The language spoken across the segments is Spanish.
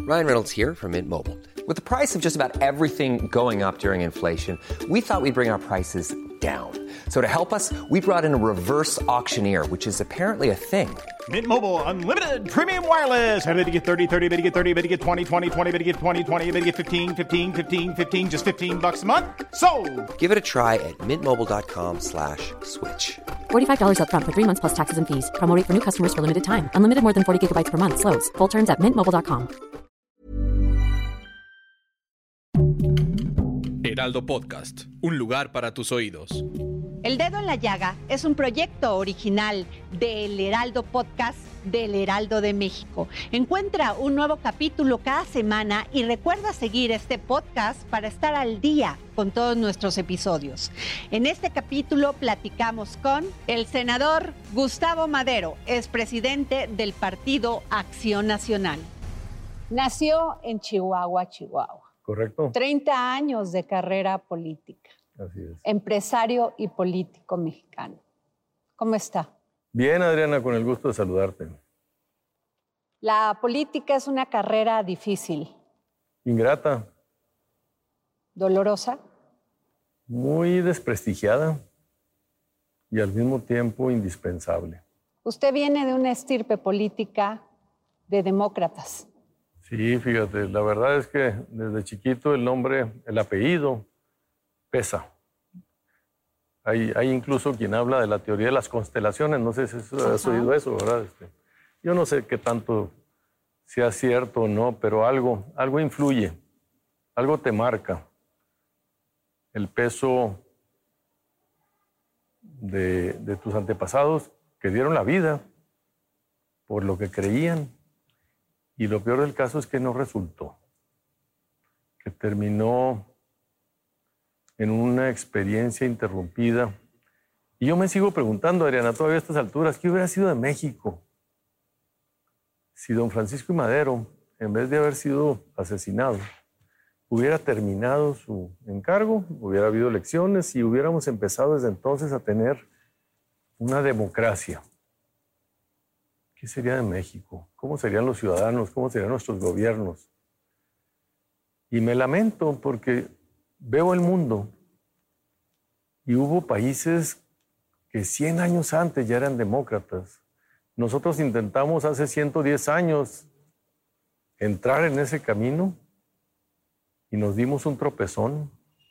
Ryan Reynolds here from Mint Mobile. With the price of just about everything going up during inflation, we thought we'd bring our prices down. So to help us, we brought in a reverse auctioneer, which is apparently a thing. Mint Mobile Unlimited Premium Wireless. How to get 30, 30, bit to get 30, bit to get 20, 20, 20, bit to get 20, 20, bit to get 15, 15, 15, 15, just $15 a month? Sold! Give it a try at mintmobile.com/switch. $45 up front for 3 months plus taxes and fees. Promo rate for new customers for limited time. Unlimited more than 40 gigabytes per month. Slows full terms at mintmobile.com. Heraldo Podcast, un lugar para tus oídos. El Dedo en la Llaga es un proyecto original del Heraldo Podcast del Heraldo de México. Encuentra un nuevo capítulo cada semana y recuerda seguir este podcast para estar al día con todos nuestros episodios. En este capítulo platicamos con el senador Gustavo Madero, expresidente del Partido Acción Nacional. Nació en Chihuahua, Chihuahua. Correcto. 30 años de carrera política. Así es. Empresario y político mexicano. ¿Cómo está? Bien, Adriana, con el gusto de saludarte. La política es una carrera difícil. Ingrata. ¿Dolorosa? Muy desprestigiada y al mismo tiempo indispensable. Usted viene de una estirpe política de demócratas. Sí, fíjate, la verdad es que desde chiquito el nombre, el apellido, pesa. Hay incluso quien habla de la teoría de las constelaciones, no sé si has oído eso, ¿verdad? Yo no sé qué tanto sea cierto o no, pero algo influye, algo te marca. El peso de tus antepasados que dieron la vida por lo que creían. Y lo peor del caso es que no resultó, que terminó en una experiencia interrumpida. Y yo me sigo preguntando, Adriana, todavía a estas alturas, ¿qué hubiera sido de México si don Francisco I. Madero, en vez de haber sido asesinado, hubiera terminado su encargo, hubiera habido elecciones y hubiéramos empezado desde entonces a tener una democracia? ¿Qué sería de México? ¿Cómo serían los ciudadanos? ¿Cómo serían nuestros gobiernos? Y me lamento porque veo el mundo y hubo países que 100 años antes ya eran demócratas. Nosotros intentamos hace 110 años entrar en ese camino y nos dimos un tropezón.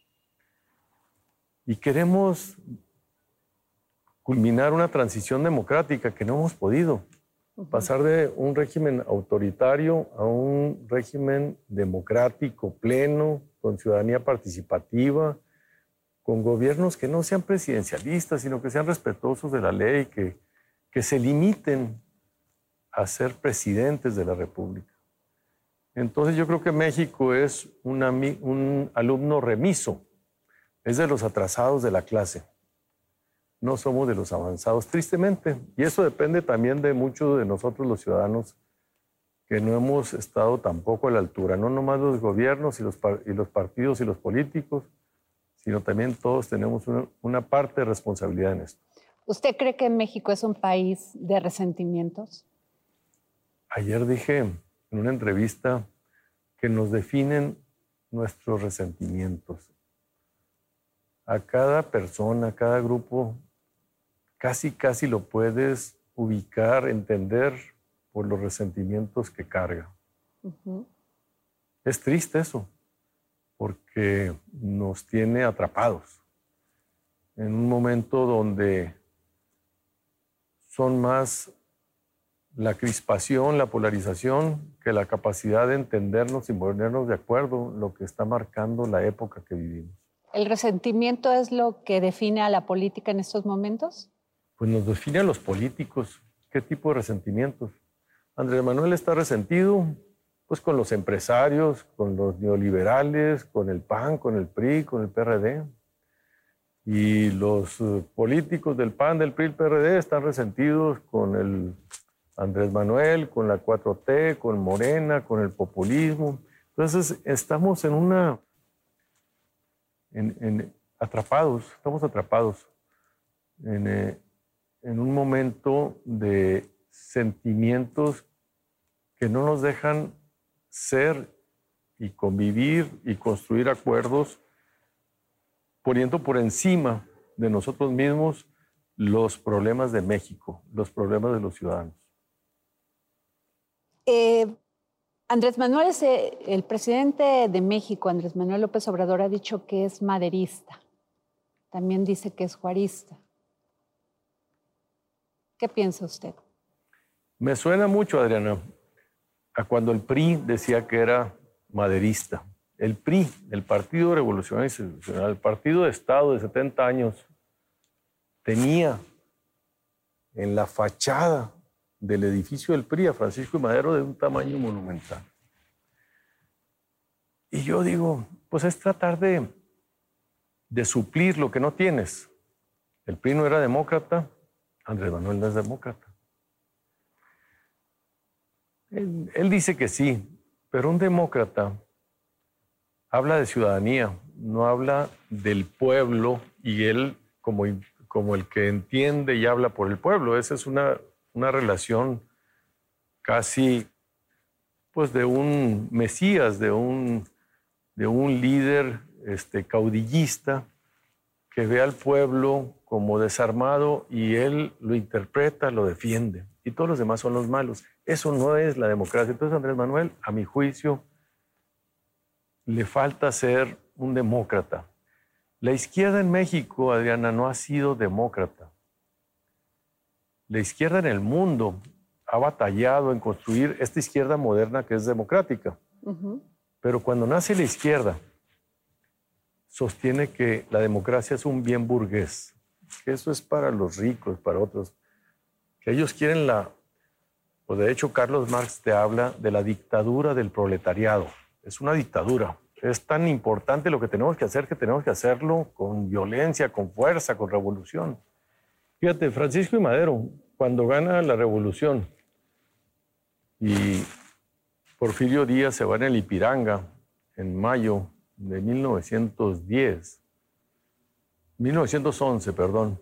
Y queremos culminar una transición democrática que no hemos podido. Pasar de un régimen autoritario a un régimen democrático, pleno, con ciudadanía participativa, con gobiernos que no sean presidencialistas, sino que sean respetuosos de la ley, que se limiten a ser presidentes de la República. Entonces yo creo que México es un alumno remiso, es de los atrasados de la clase. No somos de los avanzados, tristemente. Y eso depende también de muchos de nosotros los ciudadanos que no hemos estado tampoco a la altura. No nomás los gobiernos y los partidos y los políticos, sino también todos tenemos una parte de responsabilidad en esto. ¿Usted cree que México es un país de resentimientos? Ayer dije en una entrevista que nos definen nuestros resentimientos. A cada persona, a cada grupo, casi lo puedes ubicar, entender por los resentimientos que carga. Uh-huh. Es triste eso, porque nos tiene atrapados en un momento donde son más la crispación, la polarización, que la capacidad de entendernos y ponernos de acuerdo, lo que está marcando la época que vivimos. ¿El resentimiento es lo que define a la política en estos momentos? Pues nos define a los políticos. ¿Qué tipo de resentimientos? Andrés Manuel está resentido pues con los empresarios, con los neoliberales, con el PAN, con el PRI, con el PRD. Y los políticos del PAN, del PRI y el PRD están resentidos con el Andrés Manuel, con la 4T, con Morena, con el populismo. Entonces estamos estamos atrapados en un momento de sentimientos que no nos dejan ser y convivir y construir acuerdos poniendo por encima de nosotros mismos los problemas de México, los problemas de los ciudadanos. Andrés Manuel, el presidente de México, Andrés Manuel López Obrador, ha dicho que es maderista. También dice que es juarista. ¿Qué piensa usted? Me suena mucho, Adriana, a cuando el PRI decía que era maderista. El PRI, el Partido Revolucionario Institucional, el Partido de Estado de 70 años, tenía en la fachada del edificio del PRI a Francisco I. Madero de un tamaño monumental. Y yo digo, pues es tratar de suplir lo que no tienes. El PRI no era demócrata, Andrés Manuel no es demócrata. Él dice que sí, pero un demócrata habla de ciudadanía, no habla del pueblo, y él como el que entiende y habla por el pueblo. Esa es una relación casi pues de un mesías, de un líder caudillista que ve al pueblo como desarmado y él lo interpreta, lo defiende, y todos los demás son los malos. Eso no es la democracia. Entonces Andrés Manuel, a mi juicio, le falta ser un demócrata. La izquierda en México, Adriana, no ha sido demócrata. La izquierda en el mundo ha batallado en construir esta izquierda moderna que es democrática. Uh-huh. Pero cuando nace la izquierda, sostiene que la democracia es un bien burgués, que eso es para los ricos, para otros, que ellos quieren pues de hecho Carlos Marx te habla de la dictadura del proletariado. Es una dictadura. Es tan importante lo que tenemos que hacer que tenemos que hacerlo con violencia, con fuerza, con revolución. Fíjate, Francisco I. Madero, cuando gana la revolución y Porfirio Díaz se va en el Ipiranga en mayo de 1911, perdón,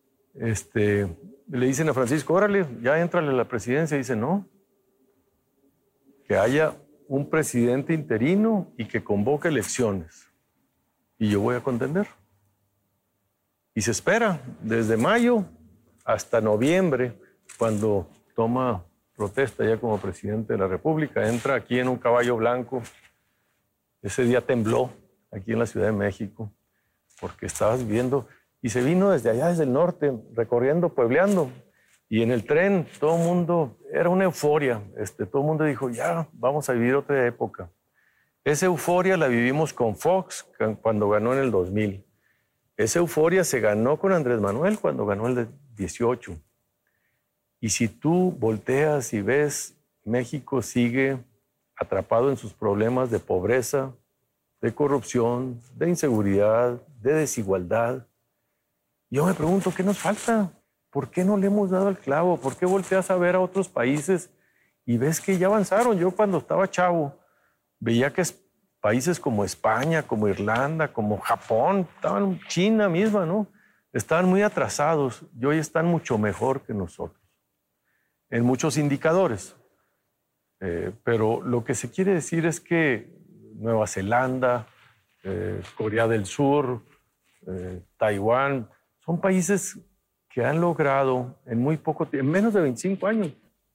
le dicen a Francisco, órale, ya éntrale a la presidencia. Y dice, no, que haya un presidente interino y que convoque elecciones. Y yo voy a contender. Y se espera desde mayo hasta noviembre, cuando toma protesta ya como presidente de la República. Entra aquí en un caballo blanco. Ese día tembló aquí en la Ciudad de México, porque estabas viendo, y se vino desde allá, desde el norte, recorriendo, puebleando. Y en el tren, todo el mundo, era una euforia. Todo el mundo dijo, ya, vamos a vivir otra época. Esa euforia la vivimos con Fox cuando ganó en el 2000. Esa euforia se ganó con Andrés Manuel cuando ganó el 18. Y si tú volteas y ves, México sigue atrapado en sus problemas de pobreza, de corrupción, de inseguridad, de desigualdad. Yo me pregunto, ¿qué nos falta? ¿Por qué no le hemos dado el clavo? ¿Por qué volteas a ver a otros países y ves que ya avanzaron? Yo cuando estaba chavo veía que países como España, como Irlanda, como Japón, estaban China misma, ¿no? Estaban muy atrasados y hoy están mucho mejor que nosotros en muchos indicadores. Pero lo que se quiere decir es que Nueva Zelanda, Corea del Sur, Taiwán, son países que han logrado en muy poco tiempo, en menos de 25 años,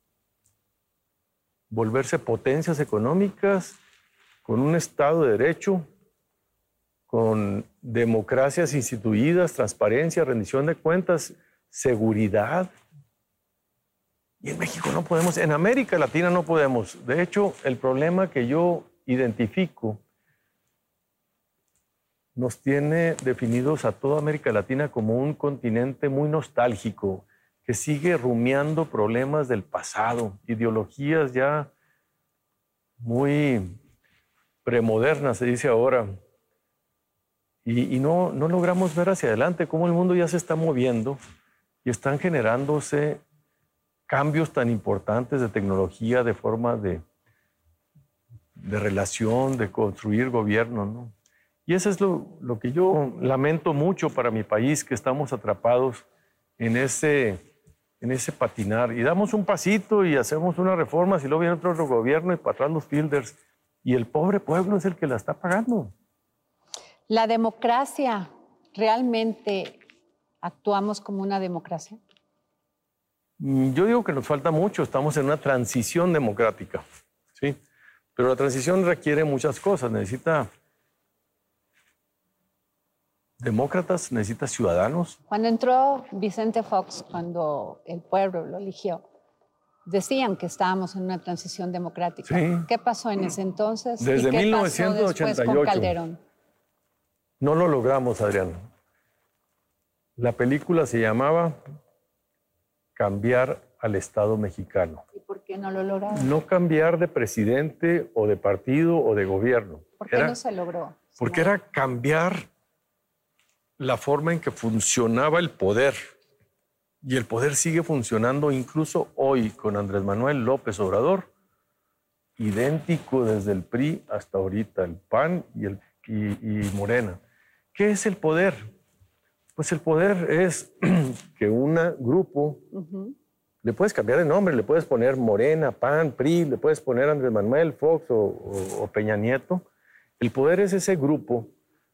volverse potencias económicas, con un Estado de Derecho, con democracias instituidas, transparencia, rendición de cuentas, seguridad. Y en México no podemos, en América Latina no podemos. De hecho, el problema que yo identifico nos tiene definidos a toda América Latina como un continente muy nostálgico, que sigue rumiando problemas del pasado, ideologías ya muy premodernas, se dice ahora. Y no logramos ver hacia adelante cómo el mundo ya se está moviendo y están generándose cambios tan importantes de tecnología, de forma de relación, de construir gobierno, ¿no? Y eso es lo que yo lamento mucho para mi país, que estamos atrapados en ese patinar. Y damos un pasito y hacemos unas reformas y luego viene otro gobierno y para atrás los fielders. Y el pobre pueblo es el que la está pagando. ¿La democracia, realmente actuamos como una democracia? Yo digo que nos falta mucho, estamos en una transición democrática, ¿sí? Pero la transición requiere muchas cosas, necesita demócratas, necesita ciudadanos. Cuando entró Vicente Fox, cuando el pueblo lo eligió, decían que estábamos en una transición democrática. Sí. ¿Qué pasó en ese entonces? Desde ¿Y qué 1988. pasó después con Calderón? No lo logramos, Adrián. La película se llamaba Cambiar al Estado mexicano. ¿Y por qué no lo lograron? No cambiar de presidente o de partido o de gobierno. ¿Por qué no se logró? Porque era cambiar la forma en que funcionaba el poder. Y el poder sigue funcionando incluso hoy con Andrés Manuel López Obrador, idéntico desde el PRI hasta ahorita, el PAN y Morena. ¿Qué es el poder? Pues el poder es que un grupo, le puedes cambiar de nombre, le puedes poner Morena, PAN, PRI, le puedes poner Andrés Manuel, Fox o Peña Nieto. El poder es ese grupo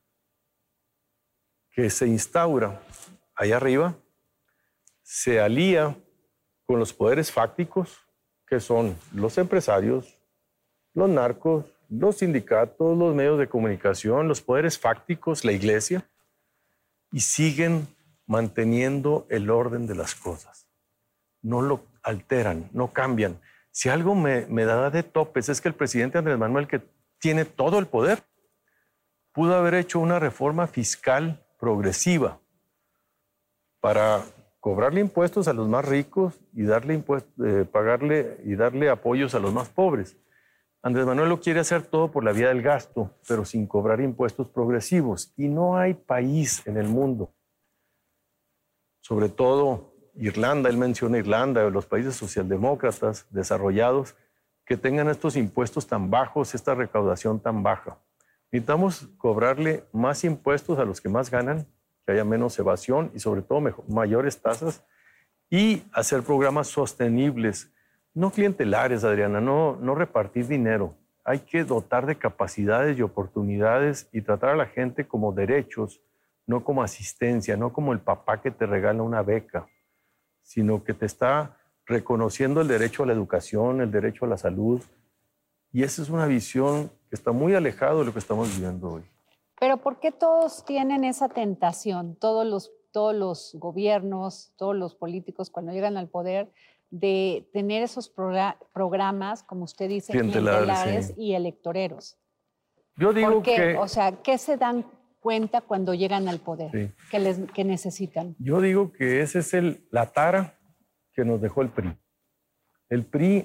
que se instaura allá arriba, se alía con los poderes fácticos, que son los empresarios, los narcos, los sindicatos, los medios de comunicación, los poderes fácticos, la iglesia, y siguen manteniendo el orden de las cosas. No lo alteran, no cambian. Si algo me da de topes es que el presidente Andrés Manuel, que tiene todo el poder, pudo haber hecho una reforma fiscal progresiva para cobrarle impuestos a los más ricos y pagarle y darle apoyos a los más pobres. Andrés Manuel lo quiere hacer todo por la vía del gasto, pero sin cobrar impuestos progresivos. Y no hay país en el mundo, sobre todo Irlanda, él menciona Irlanda, los países socialdemócratas desarrollados, que tengan estos impuestos tan bajos, esta recaudación tan baja. Necesitamos cobrarle más impuestos a los que más ganan, que haya menos evasión y sobre todo mayores tasas, y hacer programas sostenibles, no clientelares, Adriana, no repartir dinero. Hay que dotar de capacidades y oportunidades y tratar a la gente como derechos, no como asistencia, no como el papá que te regala una beca, sino que te está reconociendo el derecho a la educación, el derecho a la salud. Y esa es una visión que está muy alejada de lo que estamos viviendo hoy. Pero ¿por qué todos tienen esa tentación, todos los gobiernos, todos los políticos cuando llegan al poder, de tener esos programas, como usted dice, clientelares sí, y electoreros? Yo digo ¿por qué? que... O sea, ¿qué se dan cuenta cuando llegan al poder? Sí. ¿Qué necesitan? Yo digo que esa es la tara que nos dejó el PRI. El PRI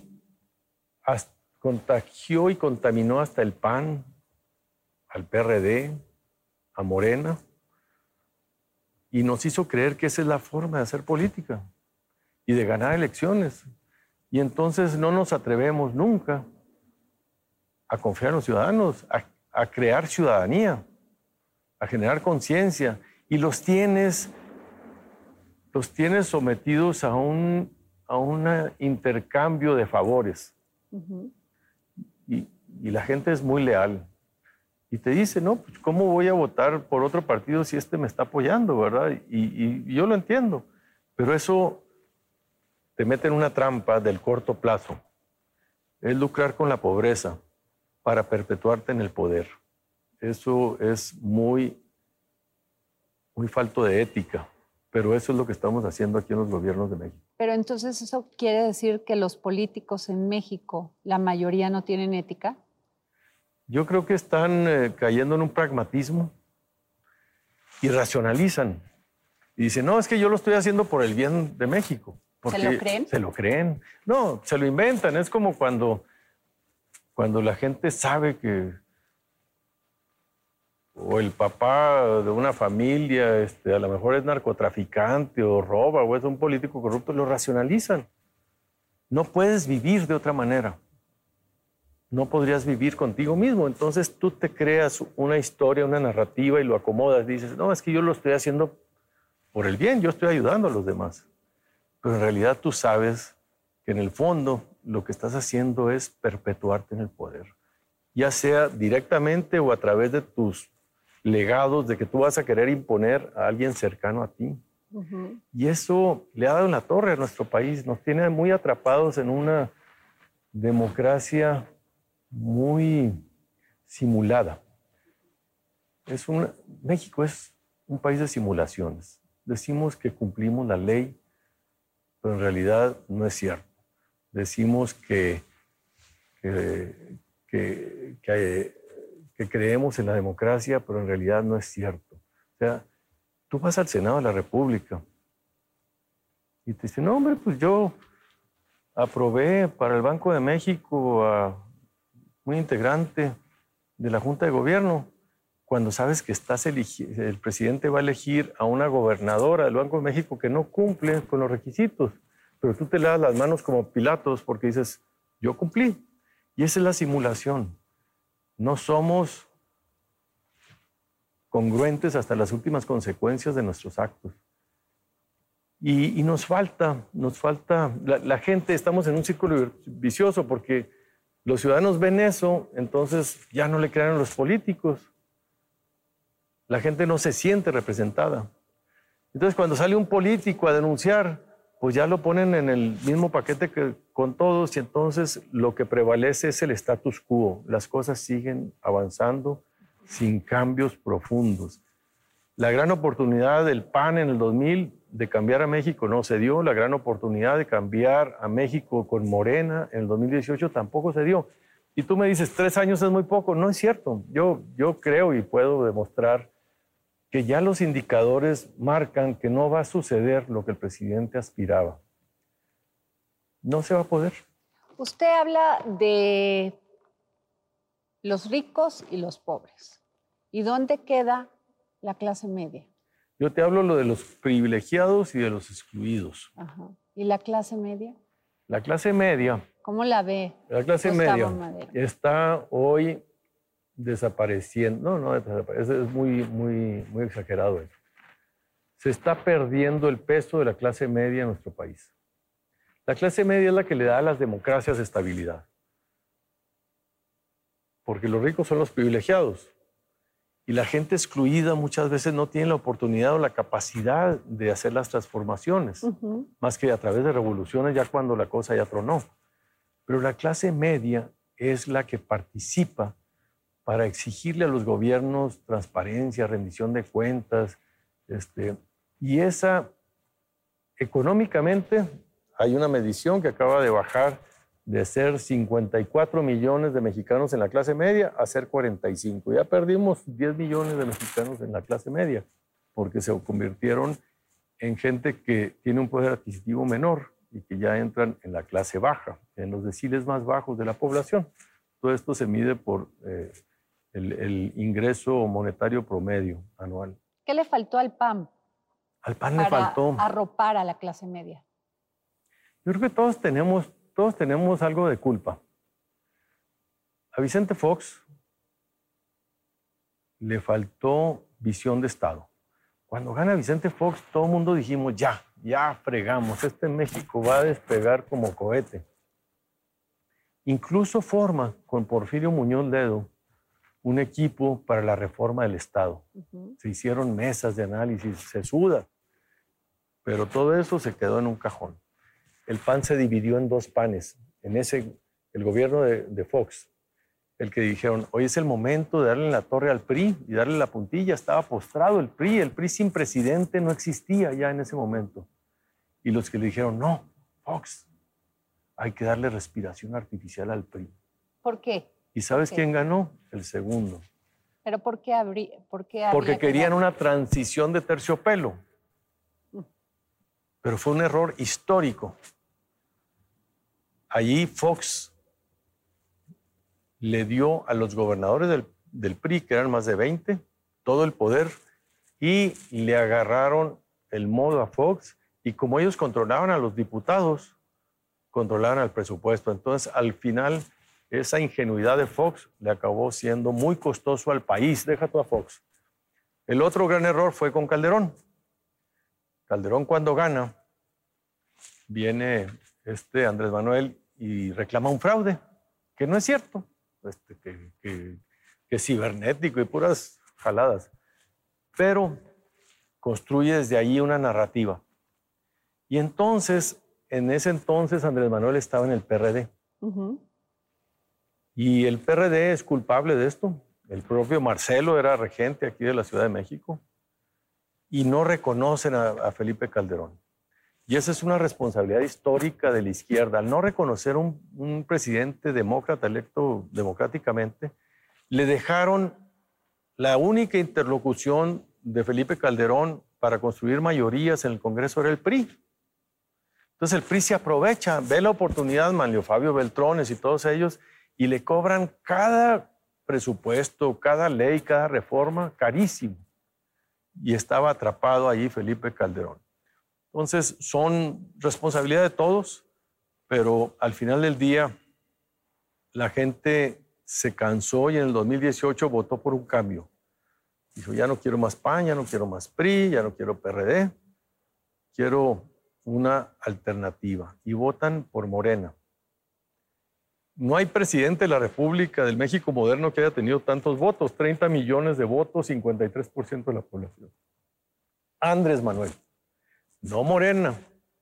contagió y contaminó hasta el PAN, al PRD, a Morena, y nos hizo creer que esa es la forma de hacer política y de ganar elecciones. Y entonces no nos atrevemos nunca a confiar en los ciudadanos, a crear ciudadanía, a generar conciencia, y los tienes sometidos a un intercambio de favores. Y la gente es muy leal. Y te dice, no, pues ¿cómo voy a votar por otro partido si este me está apoyando, verdad? Y yo lo entiendo, pero eso te mete en una trampa del corto plazo. Es lucrar con la pobreza para perpetuarte en el poder. Eso es muy falto de ética, pero eso es lo que estamos haciendo aquí en los gobiernos de México. Pero entonces eso quiere decir que los políticos en México, la mayoría no tienen ética. Yo creo que están cayendo en un pragmatismo y racionalizan. Y dicen, no, es que yo lo estoy haciendo por el bien de México. ¿Se lo creen? Se lo creen. No, se lo inventan. Es como cuando la gente sabe que... o el papá de una familia a lo mejor es narcotraficante o roba o es un político corrupto, lo racionalizan. No puedes vivir de otra manera. No podrías vivir contigo mismo. Entonces tú te creas una historia, una narrativa y lo acomodas. Dices, no, es que yo lo estoy haciendo por el bien, yo estoy ayudando a los demás. Pero en realidad tú sabes que en el fondo lo que estás haciendo es perpetuarte en el poder. ya sea directamente o a través de tus legados de que tú vas a querer imponer a alguien cercano a ti. Y eso le ha dado en la torre a nuestro país, nos tiene muy atrapados en una democracia muy simulada. México es un país de simulaciones. Decimos que cumplimos la ley, pero en realidad no es cierto. Decimos que creemos en la democracia, pero en realidad no es cierto. O sea, tú vas al Senado de la República y te dicen, no, hombre, pues yo aprobé para el Banco de México a un integrante de la Junta de Gobierno, cuando sabes que el presidente va a elegir a una gobernadora del Banco de México que no cumple con los requisitos, pero tú te le das las manos como Pilatos porque dices, yo cumplí. Y esa es la simulación. No somos congruentes hasta las últimas consecuencias de nuestros actos. Y nos falta, la gente, estamos en un círculo vicioso porque los ciudadanos ven eso, entonces ya no le crean a los políticos. La gente no se siente representada. Entonces cuando sale un político a denunciar, pues ya lo ponen en el mismo paquete que con todos y entonces lo que prevalece es el status quo. Las cosas siguen avanzando sin cambios profundos. La gran oportunidad del PAN en el 2000 de cambiar a México no se dio. La gran oportunidad de cambiar a México con Morena en el 2018 tampoco se dio. Y tú me dices, 3 años es muy poco. No es cierto. Yo creo y puedo demostrar que ya los indicadores marcan que no va a suceder lo que el presidente aspiraba. No se va a poder. Usted habla de los ricos y los pobres. ¿Y dónde queda la clase media? Yo te hablo lo de los privilegiados y de los excluidos. Ajá. ¿Y la clase media? La clase media. ¿Cómo la ve? La clase Gustavo media Madero? está hoy desapareciendo. No, es muy exagerado eso. Se está perdiendo el peso de la clase media en nuestro país. La clase media es la que le da a las democracias estabilidad. Porque los ricos son los privilegiados. Y la gente excluida muchas veces no tiene la oportunidad o la capacidad de hacer las transformaciones, más que a través de revoluciones ya cuando la cosa ya tronó. Pero la clase media es la que participa para exigirle a los gobiernos transparencia, rendición de cuentas. Y esa, económicamente, hay una medición que acaba de bajar de ser 54 millones de mexicanos en la clase media a ser 45. Ya perdimos 10 millones de mexicanos en la clase media porque se convirtieron en gente que tiene un poder adquisitivo menor y que ya entran en la clase baja, en los deciles más bajos de la población. Todo esto se mide por el ingreso monetario promedio anual. ¿Qué le faltó al PAN? Al PAN le faltó para arropar a la clase media. Yo creo que todos tenemos algo de culpa. A Vicente Fox le faltó visión de Estado. Cuando gana Vicente Fox, todo el mundo dijimos, ya fregamos, México va a despegar como cohete. Incluso forma con Porfirio Muñoz Ledo un equipo para la reforma del Estado. Se hicieron mesas de análisis, se suda, pero todo eso se quedó en un cajón. El PAN se dividió en 2 panes. El gobierno de Fox, el que dijeron, hoy es el momento de darle la torre al PRI y darle la puntilla. Estaba postrado el PRI sin presidente no existía ya en ese momento. Y los que le dijeron, no, Fox, hay que darle respiración artificial al PRI. ¿Por qué? ¿Y sabes quién ganó? El segundo. ¿Pero por qué Porque querían una transición de terciopelo. Pero fue un error histórico. Allí Fox le dio a los gobernadores del PRI, que eran más de 20, todo el poder y le agarraron el modo a Fox y como ellos controlaban a los diputados, controlaban el presupuesto. Entonces, al final, esa ingenuidad de Fox le acabó siendo muy costoso al país. Deja tú a Fox. El otro gran error fue con Calderón. Calderón cuando gana, viene Andrés Manuel y reclama un fraude, que no es cierto. que cibernético y puras jaladas. Pero construye desde ahí una narrativa. Y entonces, en ese entonces, Andrés Manuel estaba en el PRD. Uh-huh. Y el PRD es culpable de esto. El propio Marcelo era regente aquí de la Ciudad de México. Y no reconocen a Felipe Calderón. Y esa es una responsabilidad histórica de la izquierda. Al no reconocer un presidente demócrata electo democráticamente, le dejaron la única interlocución de Felipe Calderón para construir mayorías en el Congreso era el PRI. Entonces el PRI se aprovecha, ve la oportunidad, Manlio Fabio Beltrones y todos ellos, y le cobran cada presupuesto, cada ley, cada reforma carísimo. Y estaba atrapado allí Felipe Calderón. Entonces son responsabilidad de todos, pero al final del día la gente se cansó y en el 2018 votó por un cambio. Dijo, ya no quiero más PAN, ya no quiero más PRI, ya no quiero PRD, quiero una alternativa. Y votan por Morena. No hay presidente de la República del México moderno que haya tenido tantos votos, 30 millones de votos, 53% de la población. Andrés Manuel, no Morena.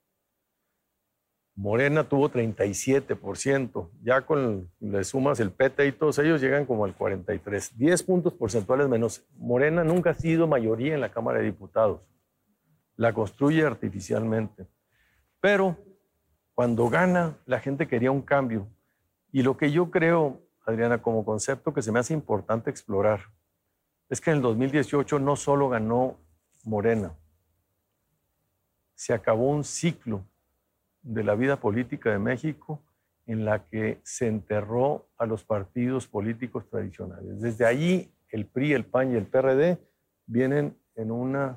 Morena tuvo 37%, ya le sumas el PT y todos ellos llegan como al 43%, 10 puntos porcentuales menos. Morena nunca ha sido mayoría en la Cámara de Diputados, la construye artificialmente. Pero cuando gana, la gente quería un cambio. Y lo que yo creo, Adriana, como concepto que se me hace importante explorar, es que en el 2018 no solo ganó Morena, se acabó un ciclo de la vida política de México en la que se enterró a los partidos políticos tradicionales. Desde allí el PRI, el PAN y el PRD vienen en un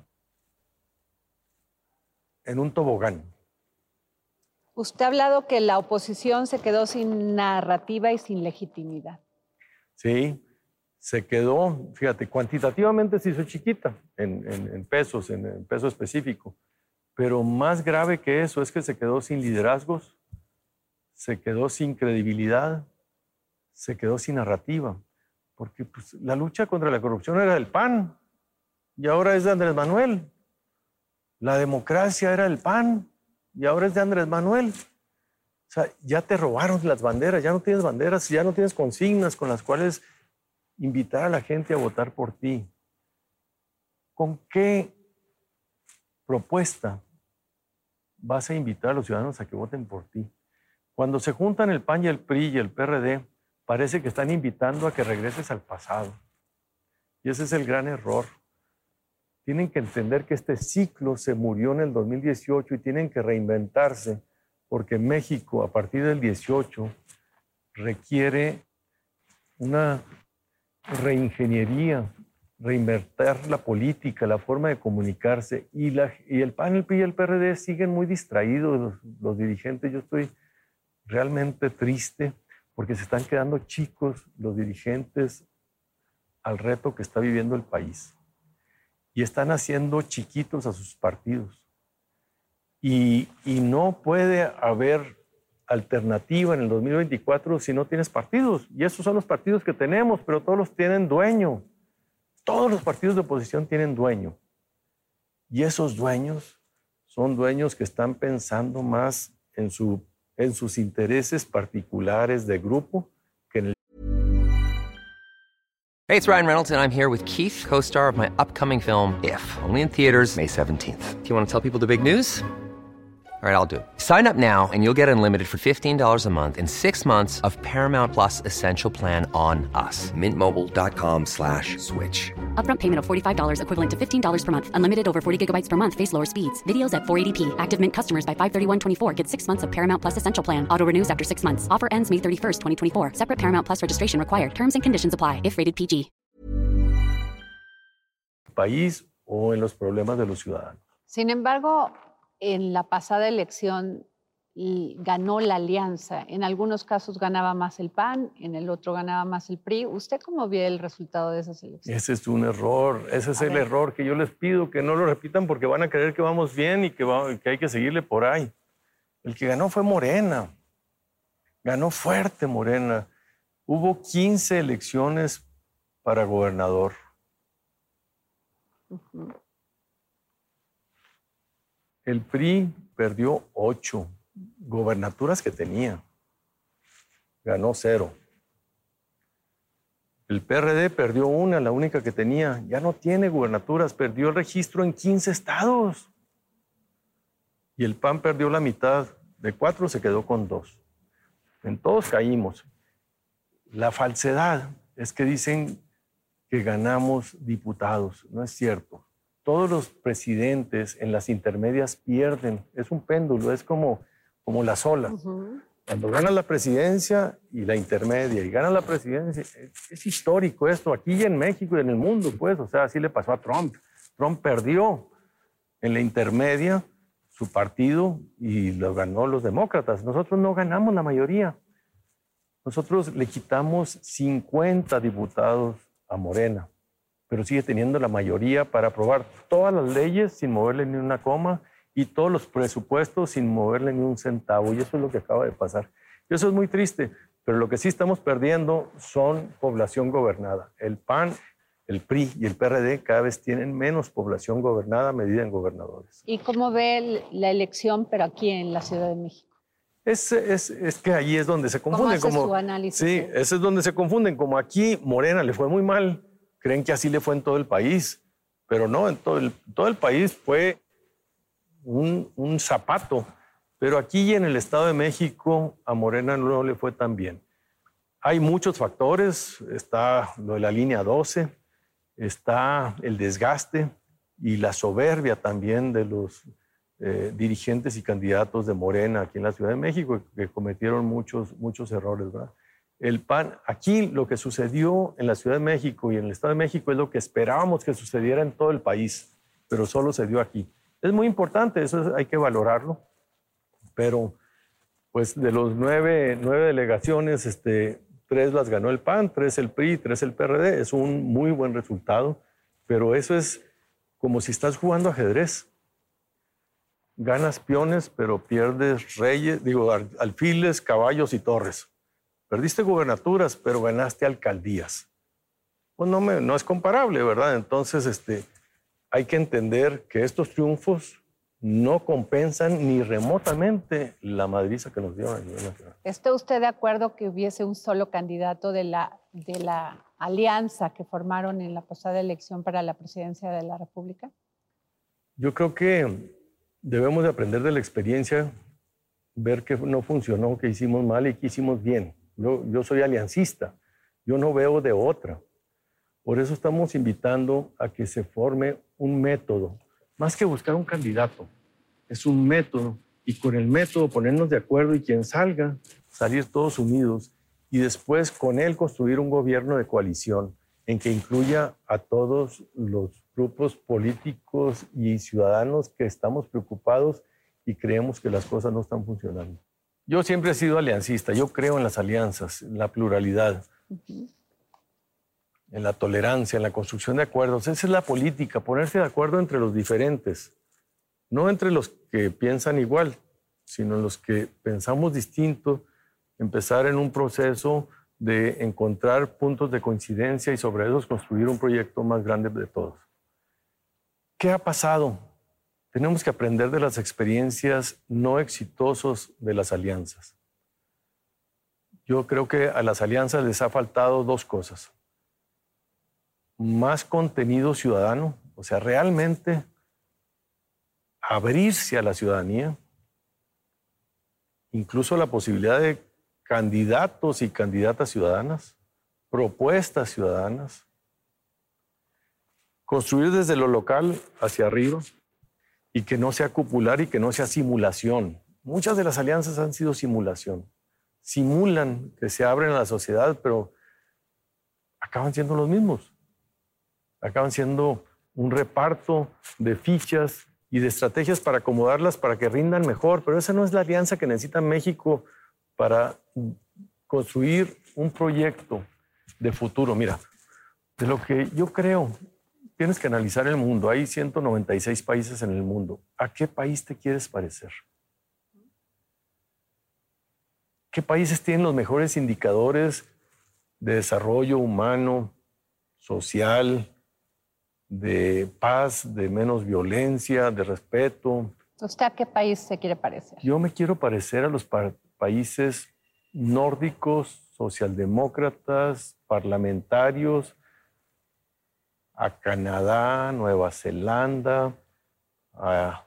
tobogán. Usted ha hablado que la oposición se quedó sin narrativa y sin legitimidad. Sí, se quedó, fíjate, cuantitativamente se hizo chiquita en pesos, en peso específico. Pero más grave que eso es que se quedó sin liderazgos, se quedó sin credibilidad, se quedó sin narrativa. Porque pues, la lucha contra la corrupción era del PAN y ahora es de Andrés Manuel. La democracia era del PAN y ahora es de Andrés Manuel. O sea, ya te robaron las banderas, ya no tienes banderas, ya no tienes consignas con las cuales invitar a la gente a votar por ti. ¿Con qué propuesta vas a invitar a los ciudadanos a que voten por ti? Cuando se juntan el PAN y el PRI y el PRD, parece que están invitando a que regreses al pasado. Y ese es el gran error. Tienen que entender que este ciclo se murió en el 2018 y tienen que reinventarse, porque México, a partir del 18, requiere una reingeniería, reinvertir la política, la forma de comunicarse. Y el PAN, el PRI y el PRD siguen muy distraídos, los dirigentes. Yo estoy realmente triste porque se están quedando chicos los dirigentes al reto que está viviendo el país. Y están haciendo chiquitos a sus partidos. Y no puede haber alternativa en el 2024 si no tienes partidos. Y esos son los partidos que tenemos, pero todos los tienen dueño. Todos los partidos de oposición tienen dueño. Y esos dueños son dueños que están pensando más en sus intereses particulares de grupo que en el... Hey, it's Ryan Reynolds, and I'm here with Keith, co-star of my upcoming film, If, only in theaters May 17th. Do you want to tell people the big news? All right, I'll do it. Sign up now and you'll get unlimited for $15 a month and 6 months of Paramount Plus Essential Plan on us. MintMobile.com/switch. Upfront payment of $45 equivalent to $15 per month. Unlimited over 40 gigabytes per month. Face lower speeds. Videos at 480p. Active Mint customers by 531.24 get 6 months of Paramount Plus Essential Plan. Auto renews after 6 months. Offer ends May 31st, 2024. Separate Paramount Plus registration required. Terms and conditions apply if rated PG. País o en los problemas de los ciudadanos. Sin embargo, en la pasada elección ganó la alianza. En algunos casos ganaba más el PAN, en el otro ganaba más el PRI. ¿Usted cómo vio el resultado de esas elecciones? Ese es un error. Ese es el error que yo les pido que no lo repitan porque van a creer que vamos bien y que hay que seguirle por ahí. El que ganó fue Morena. Ganó fuerte Morena. Hubo 15 elecciones para gobernador. El PRI perdió 8 gobernaturas que tenía. Ganó 0. El PRD perdió 1, la única que tenía. Ya no tiene gubernaturas, perdió el registro en 15 estados. Y el PAN perdió la mitad. De 4 se quedó con 2. En todos caímos. La falsedad es que dicen que ganamos diputados. No es cierto. Todos los presidentes en las intermedias pierden. Es un péndulo, es como las olas. Cuando gana la presidencia y la intermedia, y gana la presidencia, es histórico esto, aquí y en México y en el mundo, pues. O sea, así le pasó a Trump. Trump perdió en la intermedia su partido y lo ganó los demócratas. Nosotros no ganamos la mayoría. Nosotros le quitamos 50 diputados a Morena, pero sigue teniendo la mayoría para aprobar todas las leyes sin moverle ni una coma y todos los presupuestos sin moverle ni un centavo. Y eso es lo que acaba de pasar. Y eso es muy triste, pero lo que sí estamos perdiendo son población gobernada. El PAN, el PRI y el PRD cada vez tienen menos población gobernada medida en gobernadores. ¿Y cómo ve la elección, pero aquí en la Ciudad de México? Es que ahí es donde se confunden. ¿Cómo hace su análisis? Sí, ese es donde se confunden. Como aquí Morena le fue muy mal, creen que así le fue en todo el país, pero no, en todo el país fue un zapato. Pero aquí y en el Estado de México a Morena no le fue tan bien. Hay muchos factores, está lo de la línea 12, está el desgaste y la soberbia también de los dirigentes y candidatos de Morena aquí en la Ciudad de México, que cometieron muchos errores, ¿verdad? El PAN, aquí lo que sucedió en la Ciudad de México y en el Estado de México es lo que esperábamos que sucediera en todo el país, pero solo se dio aquí. Es muy importante, eso hay que valorarlo, pero pues de los 9 delegaciones, 3 las ganó el PAN, 3 el PRI, 3 el PRD, es un muy buen resultado, pero eso es como si estás jugando ajedrez. Ganas peones, pero pierdes alfiles, caballos y torres. Perdiste gubernaturas, pero ganaste alcaldías. Pues no es comparable, ¿verdad? Entonces, hay que entender que estos triunfos no compensan ni remotamente la madriza que nos dieron a nivel nacional. ¿Está usted de acuerdo que hubiese un solo candidato de la alianza que formaron en la pasada elección para la presidencia de la República? Yo creo que debemos de aprender de la experiencia, ver qué no funcionó, qué hicimos mal y qué hicimos bien. Yo soy aliancista, yo no veo de otra. Por eso estamos invitando a que se forme un método, más que buscar un candidato, es un método, y con el método ponernos de acuerdo y quien salga, salir todos unidos y después con él construir un gobierno de coalición en que incluya a todos los grupos políticos y ciudadanos que estamos preocupados y creemos que las cosas no están funcionando. Yo siempre he sido aliancista, yo creo en las alianzas, en la pluralidad, en la tolerancia, en la construcción de acuerdos. Esa es la política, ponerse de acuerdo entre los diferentes, no entre los que piensan igual, sino los que pensamos distinto, empezar en un proceso de encontrar puntos de coincidencia y sobre esos construir un proyecto más grande de todos. ¿Qué ha pasado? Tenemos que aprender de las experiencias no exitosas de las alianzas. Yo creo que a las alianzas les ha faltado 2 cosas. Más contenido ciudadano, o sea, realmente abrirse a la ciudadanía, incluso la posibilidad de candidatos y candidatas ciudadanas, propuestas ciudadanas, construir desde lo local hacia arriba y que no sea cupular y que no sea simulación. Muchas de las alianzas han sido simulación. Simulan que se abren a la sociedad, pero acaban siendo los mismos. Acaban siendo un reparto de fichas y de estrategias para acomodarlas para que rindan mejor. Pero esa no es la alianza que necesita México para construir un proyecto de futuro. Mira, de lo que yo creo, tienes que analizar el mundo. Hay 196 países en el mundo. ¿A qué país te quieres parecer? ¿Qué países tienen los mejores indicadores de desarrollo humano, social, de paz, de menos violencia, de respeto. ¿Usted a qué país se quiere parecer? Yo me quiero parecer a los países nórdicos, socialdemócratas, parlamentarios, a Canadá, Nueva Zelanda, a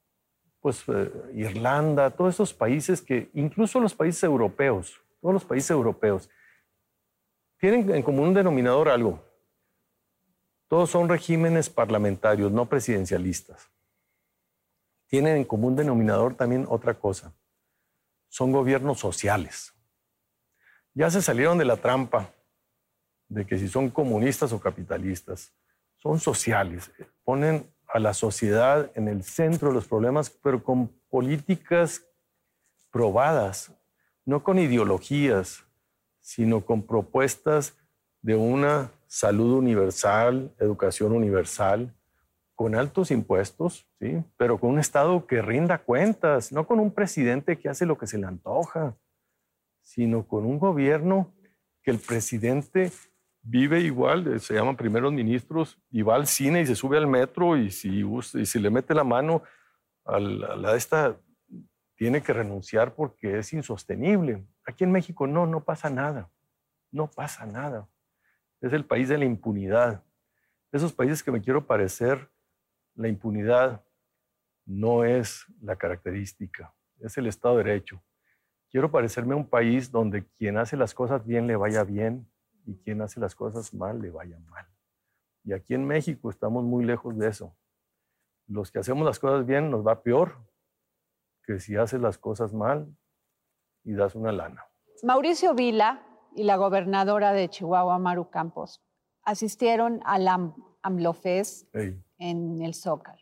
Irlanda, todos esos países que, incluso los países europeos, todos los países europeos, tienen en común un denominador algo. Todos son regímenes parlamentarios, no presidencialistas. Tienen en común denominador también otra cosa. Son gobiernos sociales. Ya se salieron de la trampa de que si son comunistas o capitalistas, son sociales. Ponen a la sociedad en el centro de los problemas, pero con políticas probadas, no con ideologías, sino con propuestas de una salud universal, educación universal, con altos impuestos, ¿sí? Pero con un Estado que rinda cuentas, no con un presidente que hace lo que se le antoja, sino con un gobierno que el presidente vive igual, se llaman primeros ministros, y va al cine y se sube al metro y si le mete la mano a la esta, tiene que renunciar porque es insostenible. Aquí en México no pasa nada, no pasa nada. Es el país de la impunidad. Esos países que me quiero parecer, la impunidad no es la característica, es el Estado de Derecho. Quiero parecerme a un país donde quien hace las cosas bien le vaya bien y quien hace las cosas mal le vaya mal. Y aquí en México estamos muy lejos de eso. Los que hacemos las cosas bien nos va peor que si haces las cosas mal y das una lana. Mauricio Vila y la gobernadora de Chihuahua, Maru Campos, asistieron al AMLOFest en el Zócalo.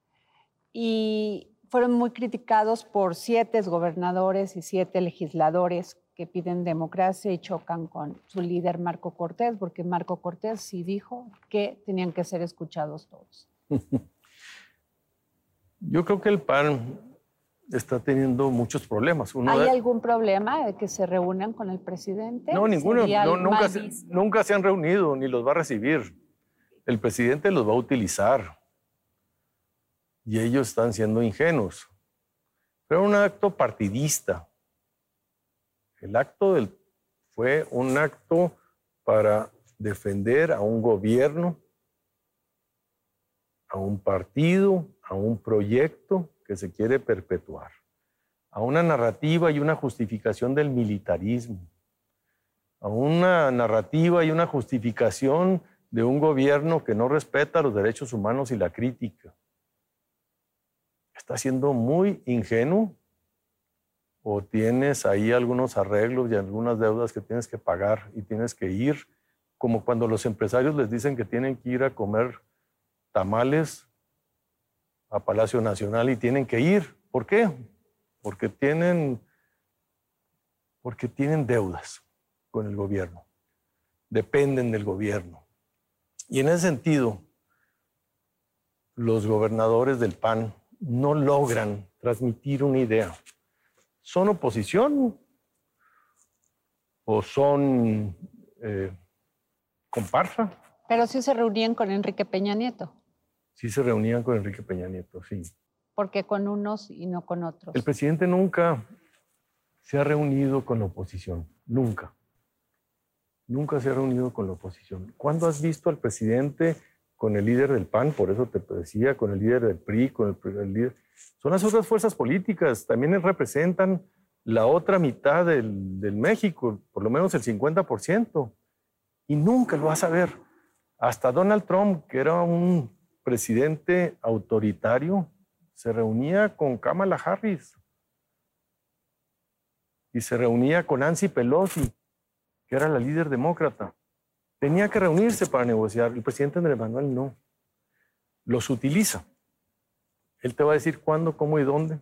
Y fueron muy criticados por 7 gobernadores y 7 legisladores que piden democracia y chocan con su líder Marco Cortés, porque Marco Cortés sí dijo que tenían que ser escuchados todos. Yo creo que el PAN está teniendo muchos problemas. ¿Hay algún problema de que se reúnan con el presidente? No, ninguno. Nunca se han reunido ni los va a recibir. El presidente los va a utilizar. Y ellos están siendo ingenuos. Pero un acto partidista. El acto fue un acto para defender a un gobierno, a un partido, a un proyecto que se quiere perpetuar, a una narrativa y una justificación del militarismo, a una narrativa y una justificación de un gobierno que no respeta los derechos humanos y la crítica. Está siendo muy ingenuo, o tienes ahí algunos arreglos y algunas deudas que tienes que pagar y tienes que ir, como cuando los empresarios les dicen que tienen que ir a comer tamales a Palacio Nacional y tienen que ir. ¿Por qué? Porque tienen deudas con el gobierno, dependen del gobierno. Y en ese sentido, los gobernadores del PAN no logran transmitir una idea. ¿Son oposición o son comparsa? Pero sí se reunían con Enrique Peña Nieto. Sí se reunían con Enrique Peña Nieto, sí. ¿Por qué con unos y no con otros? El presidente nunca se ha reunido con la oposición, nunca. Nunca se ha reunido con la oposición. ¿Cuándo has visto al presidente con el líder del PAN? Por eso te decía, con el líder del PRI, con el líder... Son las otras fuerzas políticas, también representan la otra mitad del México, por lo menos el 50%. Y nunca lo vas a ver. Hasta Donald Trump, que era un presidente autoritario, se reunía con Kamala Harris y se reunía con Nancy Pelosi, que era la líder demócrata. Tenía que reunirse para negociar. El presidente Andrés Manuel no. Los utiliza. Él te va a decir cuándo, cómo y dónde.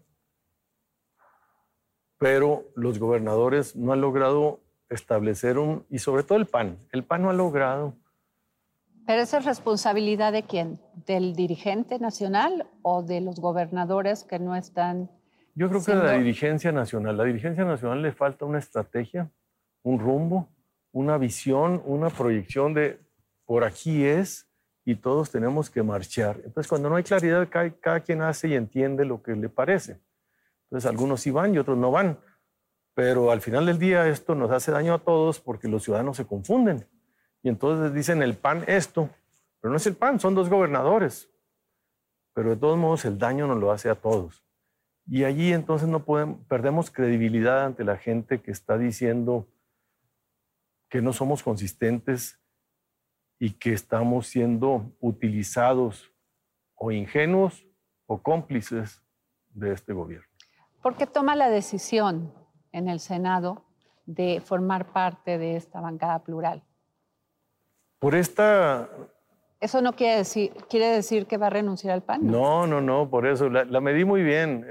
Pero los gobernadores no han logrado establecer y sobre todo el PAN no ha logrado. ¿Pero esa es responsabilidad de quién? ¿Del dirigente nacional o de los gobernadores que no están? Yo creo que de la dirigencia nacional. La dirigencia nacional le falta una estrategia, un rumbo, una visión, una proyección de por aquí es y todos tenemos que marchar. Entonces, cuando no hay claridad, cada quien hace y entiende lo que le parece. Entonces, algunos sí van y otros no van. Pero al final del día esto nos hace daño a todos porque los ciudadanos se confunden. Y entonces dicen el PAN esto, pero no es el PAN, son dos gobernadores. Pero de todos modos el daño nos lo hace a todos. Y allí entonces perdemos credibilidad ante la gente que está diciendo que no somos consistentes y que estamos siendo utilizados o ingenuos o cómplices de este gobierno. ¿Por qué toma la decisión en el Senado de formar parte de esta bancada plural? Por esta... ¿Eso no quiere decir que va a renunciar al PAN? No, por eso. La medí muy bien.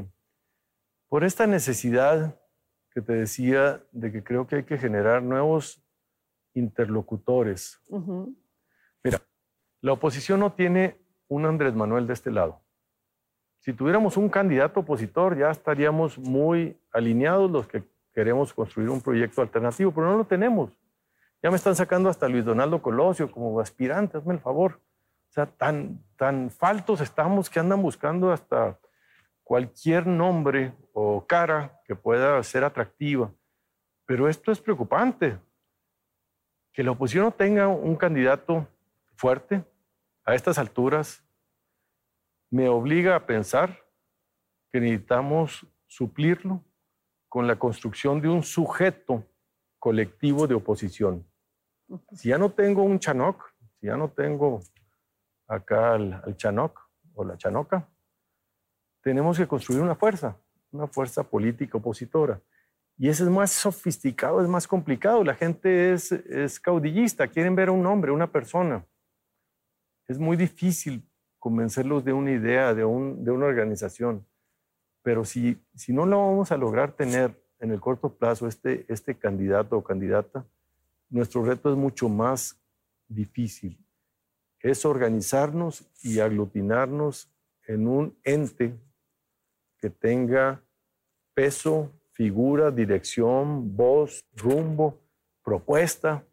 Por esta necesidad que te decía de que creo que hay que generar nuevos interlocutores. Uh-huh. Mira, la oposición no tiene un Andrés Manuel de este lado. Si tuviéramos un candidato opositor, ya estaríamos muy alineados los que queremos construir un proyecto alternativo, pero no lo tenemos. Ya me están sacando hasta Luis Donaldo Colosio como aspirante, hazme el favor. O sea, tan faltos estamos que andan buscando hasta cualquier nombre o cara que pueda ser atractiva. Pero esto es preocupante. Que la oposición no tenga un candidato fuerte a estas alturas me obliga a pensar que necesitamos suplirlo con la construcción de un sujeto colectivo de oposición. Si ya no tengo un Chanoc, si ya no tengo acá al Chanoc o la Chanoca, tenemos que construir una fuerza política opositora. Y eso es más sofisticado, es más complicado. La gente es caudillista, quieren ver a un hombre, una persona. Es muy difícil convencerlos de una idea, de una organización. Pero si no lo vamos a lograr tener en el corto plazo, este candidato o candidata, nuestro reto es mucho más difícil. Es organizarnos y aglutinarnos en un ente que tenga peso, figura, dirección, voz, rumbo, propuesta,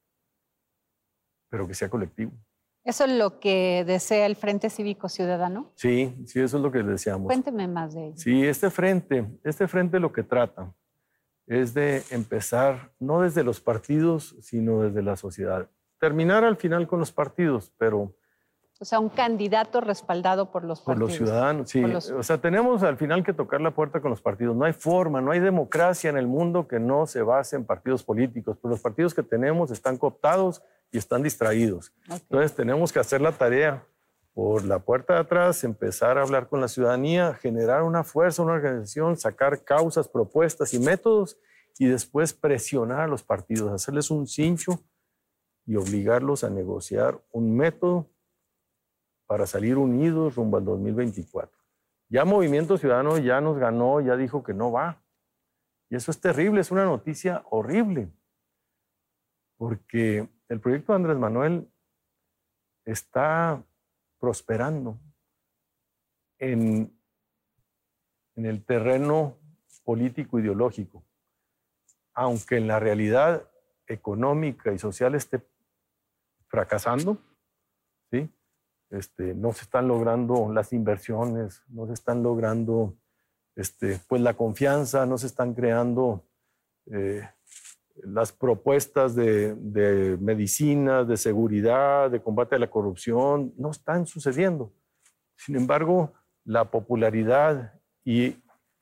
pero que sea colectivo. ¿Eso es lo que desea el Frente Cívico Ciudadano? Sí, eso es lo que deseamos. Cuénteme más de ello. Sí, este frente lo que trata es de empezar, no desde los partidos, sino desde la sociedad. Terminar al final con los partidos, pero... O sea, un candidato respaldado por los partidos. Por los ciudadanos, sí. O sea, tenemos al final que tocar la puerta con los partidos. No hay forma, no hay democracia en el mundo que no se base en partidos políticos. Pero los partidos que tenemos están cooptados y están distraídos. Okay. Entonces tenemos que hacer la tarea por la puerta de atrás, empezar a hablar con la ciudadanía, generar una fuerza, una organización, sacar causas, propuestas y métodos y después presionar a los partidos, hacerles un cincho y obligarlos a negociar un método para salir unidos rumbo al 2024. Ya Movimiento Ciudadano ya nos ganó, ya dijo que no va. Y eso es terrible, es una noticia horrible. Porque el proyecto de Andrés Manuel está prosperando en el terreno político-ideológico, aunque en la realidad económica y social esté fracasando, ¿sí? No se están logrando las inversiones, no se están logrando pues la confianza, no se están creando las propuestas de medicina, de seguridad, de combate a la corrupción, no están sucediendo. Sin embargo, la popularidad y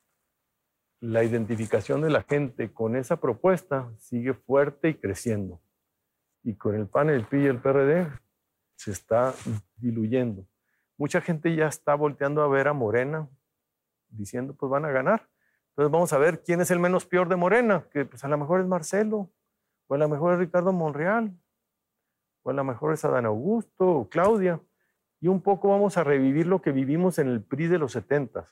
la identificación de la gente con esa propuesta sigue fuerte y creciendo. Y con el PAN, el PRI y el PRD se está diluyendo. Mucha gente ya está volteando a ver a Morena diciendo, pues van a ganar. Entonces vamos a ver quién es el menos peor de Morena, que pues a lo mejor es Marcelo, o a lo mejor es Ricardo Monreal, o a lo mejor es Adán Augusto, o Claudia. Y un poco vamos a revivir lo que vivimos en el PRI de los 70s.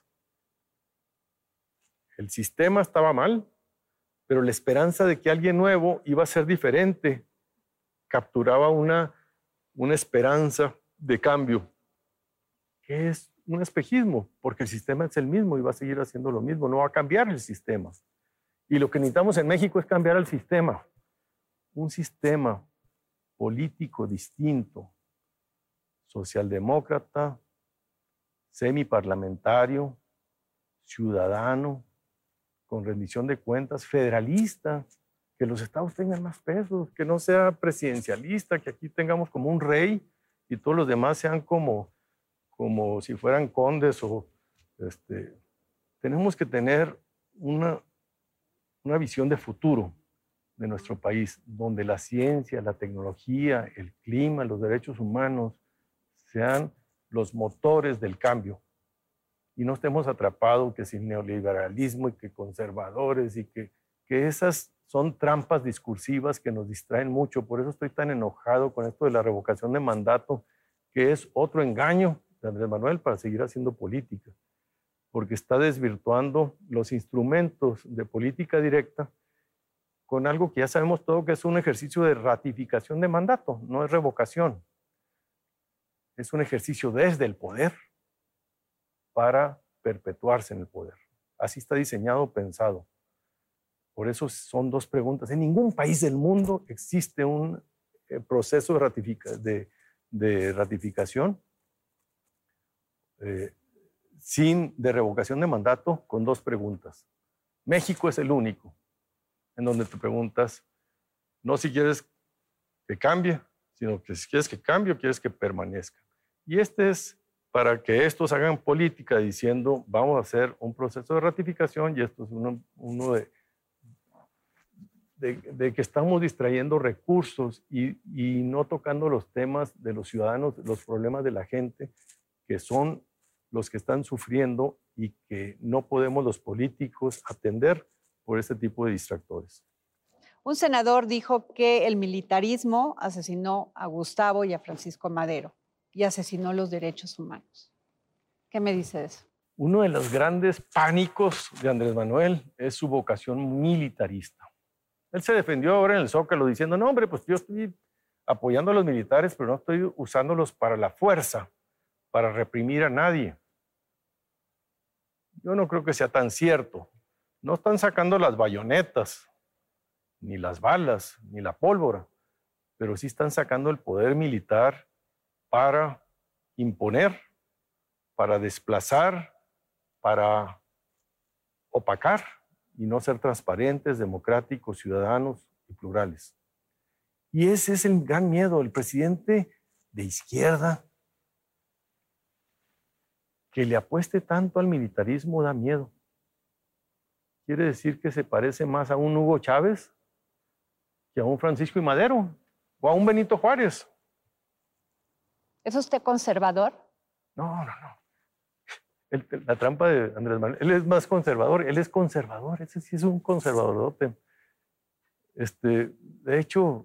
El sistema estaba mal, pero la esperanza de que alguien nuevo iba a ser diferente capturaba una esperanza de cambio, que es un espejismo, porque el sistema es el mismo y va a seguir haciendo lo mismo, no va a cambiar el sistema. Y lo que necesitamos en México es cambiar el sistema. un sistema político distinto, socialdemócrata, semiparlamentario, ciudadano, con rendición de cuentas, federalista, que los estados tengan más pesos, que no sea presidencialista, que aquí tengamos como un rey y todos los demás sean como si fueran condes o tenemos que tener una visión de futuro de nuestro país, donde la ciencia, la tecnología, el clima, los derechos humanos sean los motores del cambio y no estemos atrapados que sin neoliberalismo y que conservadores y que esas son trampas discursivas que nos distraen mucho. Por eso estoy tan enojado con esto de la revocación de mandato, que es otro engaño de Andrés Manuel para seguir haciendo política, porque está desvirtuando los instrumentos de política directa con algo que ya sabemos todo que es un ejercicio de ratificación de mandato, no es revocación. Es un ejercicio desde el poder para perpetuarse en el poder. Así está diseñado, pensado. Por eso son dos preguntas. En ningún país del mundo existe un proceso de ratificación de revocación de mandato con dos preguntas. México es el único en donde te preguntas, no si quieres que cambie, sino que si quieres que cambie o quieres que permanezca. Y este es para que estos hagan política diciendo, vamos a hacer un proceso de ratificación, y esto es uno de que estamos distrayendo recursos y no tocando los temas de los ciudadanos, los problemas de la gente, que son los que están sufriendo y que no podemos los políticos atender por este tipo de distractores. Un senador dijo que el militarismo asesinó a Gustavo y a Francisco Madero y asesinó los derechos humanos. ¿Qué me dice de eso? Uno de los grandes pánicos de Andrés Manuel es su vocación militarista. Él se defendió ahora en el Zócalo diciendo, no, hombre, pues yo estoy apoyando a los militares, pero no estoy usándolos para la fuerza, para reprimir a nadie. Yo no creo que sea tan cierto. No están sacando las bayonetas, ni las balas, ni la pólvora, pero sí están sacando el poder militar para imponer, para desplazar, para opacar y no ser transparentes, democráticos, ciudadanos y plurales. Y ese es el gran miedo. El presidente de izquierda que le apueste tanto al militarismo da miedo. Quiere decir que se parece más a un Hugo Chávez que a un Francisco y Madero o a un Benito Juárez. ¿Es usted conservador? No. La trampa de Andrés Manuel, él es más conservador, ese sí es un conservadordote. De hecho,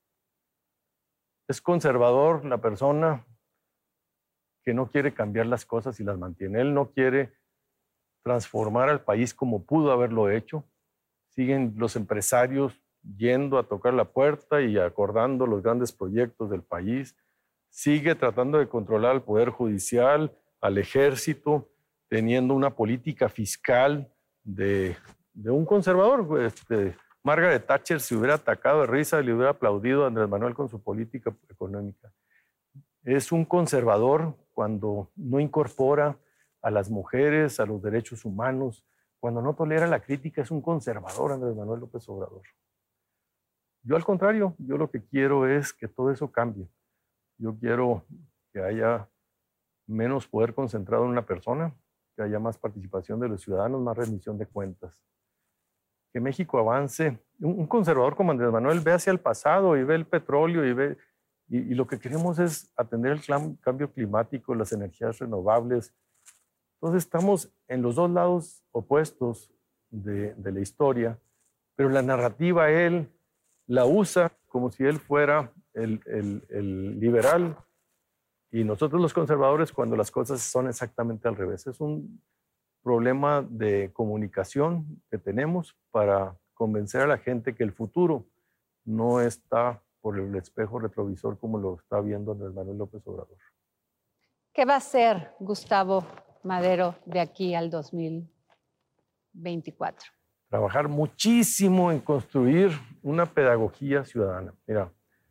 es conservador la persona que no quiere cambiar las cosas y las mantiene. Él no quiere transformar al país como pudo haberlo hecho. Siguen los empresarios yendo a tocar la puerta y acordando los grandes proyectos del país. Sigue tratando de controlar al Poder Judicial, al Ejército, teniendo una política fiscal de un conservador. Margaret Thatcher se hubiera atacado de risa y le hubiera aplaudido a Andrés Manuel con su política económica. Es un conservador cuando no incorpora a las mujeres, a los derechos humanos, cuando no tolera la crítica. Es un conservador Andrés Manuel López Obrador. Yo al contrario, yo lo que quiero es que todo eso cambie. Yo quiero que haya menos poder concentrado en una persona, que haya más participación de los ciudadanos, más rendición de cuentas. Que México avance. Un conservador como Andrés Manuel ve hacia el pasado y ve el petróleo y lo que queremos es atender el cambio climático, las energías renovables. Entonces estamos en los dos lados opuestos de la historia, pero la narrativa él la usa como si él fuera el liberal y nosotros los conservadores cuando las cosas son exactamente al revés. Es un problema de comunicación que tenemos para convencer a la gente que el futuro no está por el espejo retrovisor como lo está viendo Andrés Manuel López Obrador. ¿Qué va a hacer Gustavo Madero de aquí al 2024? trabajar muchísimo en construir una pedagogía ciudadana. Mira,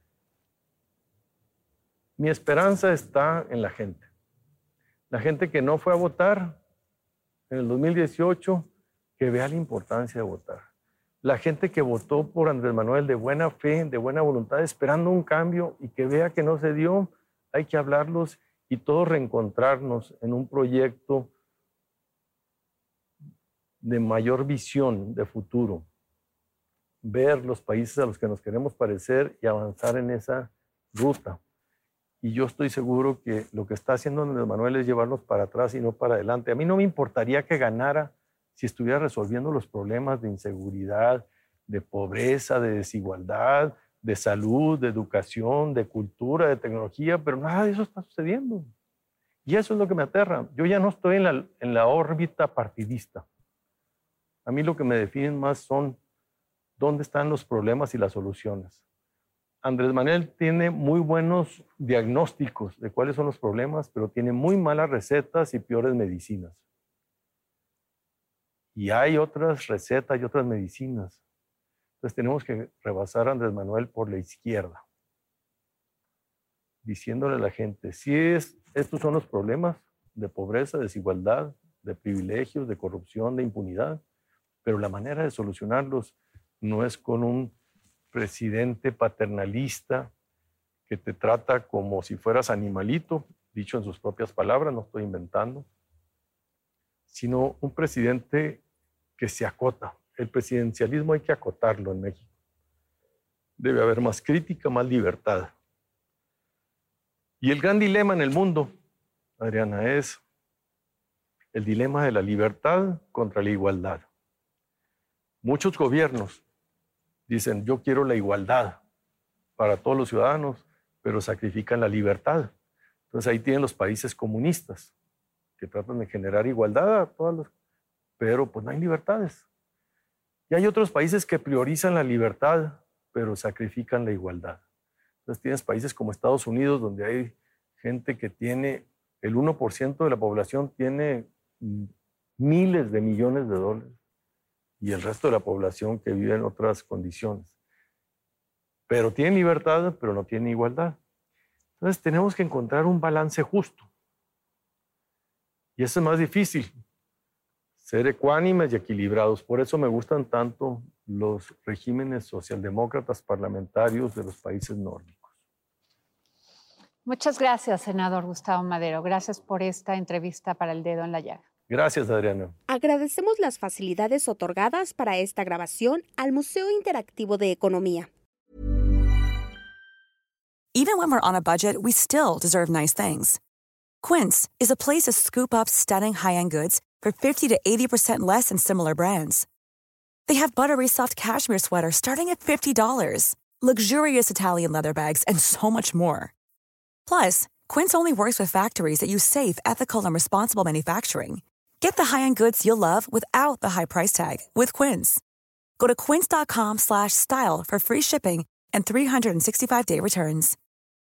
mi esperanza está en la gente. La gente que no fue a votar en el 2018, que vea la importancia de votar. La gente que votó por Andrés Manuel de buena fe, de buena voluntad, esperando un cambio y que vea que no se dio, hay que hablarlos y todos reencontrarnos en un proyecto de mayor visión de futuro. Ver los países a los que nos queremos parecer y avanzar en esa ruta. Y yo estoy seguro que lo que está haciendo Andrés Manuel es llevarnos para atrás y no para adelante. A mí no me importaría que ganara si estuviera resolviendo los problemas de inseguridad, de pobreza, de desigualdad, de salud, de educación, de cultura, de tecnología, pero nada de eso está sucediendo. Y eso es lo que me aterra. Yo ya no estoy en la órbita partidista. A mí lo que me definen más son dónde están los problemas y las soluciones. Andrés Manuel tiene muy buenos diagnósticos de cuáles son los problemas, pero tiene muy malas recetas y peores medicinas. Y hay otras recetas y otras medicinas. Entonces tenemos que rebasar a Andrés Manuel por la izquierda, diciéndole a la gente, si estos son los problemas de pobreza, desigualdad, de privilegios, de corrupción, de impunidad, pero la manera de solucionarlos no es con un presidente paternalista que te trata como si fueras animalito, dicho en sus propias palabras, no estoy inventando, sino un presidente que se acota. El presidencialismo hay que acotarlo en México. Debe haber más crítica, más libertad. Y el gran dilema en el mundo, Adriana, es el dilema de la libertad contra la igualdad. Muchos gobiernos dicen, yo quiero la igualdad para todos los ciudadanos, pero sacrifican la libertad. Entonces ahí tienen los países comunistas, que tratan de generar igualdad a todos los... Pero pues no hay libertades. Y hay otros países que priorizan la libertad, pero sacrifican la igualdad. Entonces tienes países como Estados Unidos, donde hay gente que tiene, el 1% de la población tiene miles de millones de dólares, y el resto de la población que vive en otras condiciones. Pero tienen libertad, pero no tienen igualdad. Entonces tenemos que encontrar un balance justo. Y eso es más difícil, ser ecuánimes y equilibrados. Por eso me gustan tanto los regímenes socialdemócratas parlamentarios de los países nórdicos. Muchas gracias, senador Gustavo Madero. Gracias por esta entrevista para El Dedo en la Llaga. Gracias, Adriana. Agradecemos las facilidades otorgadas para esta grabación al Museo Interactivo de Economía. Even when we're on a budget, we still deserve nice things. Quince is a place to scoop up stunning high-end goods for 50 to 80% less than similar brands. They have buttery soft cashmere sweaters starting at $50, luxurious Italian leather bags, and so much more. Plus, Quince only works with factories that use safe, ethical, and responsible manufacturing. Get the high-end goods you'll love without the high price tag with Quince. Go to quince.com/style for free shipping and 365-day returns.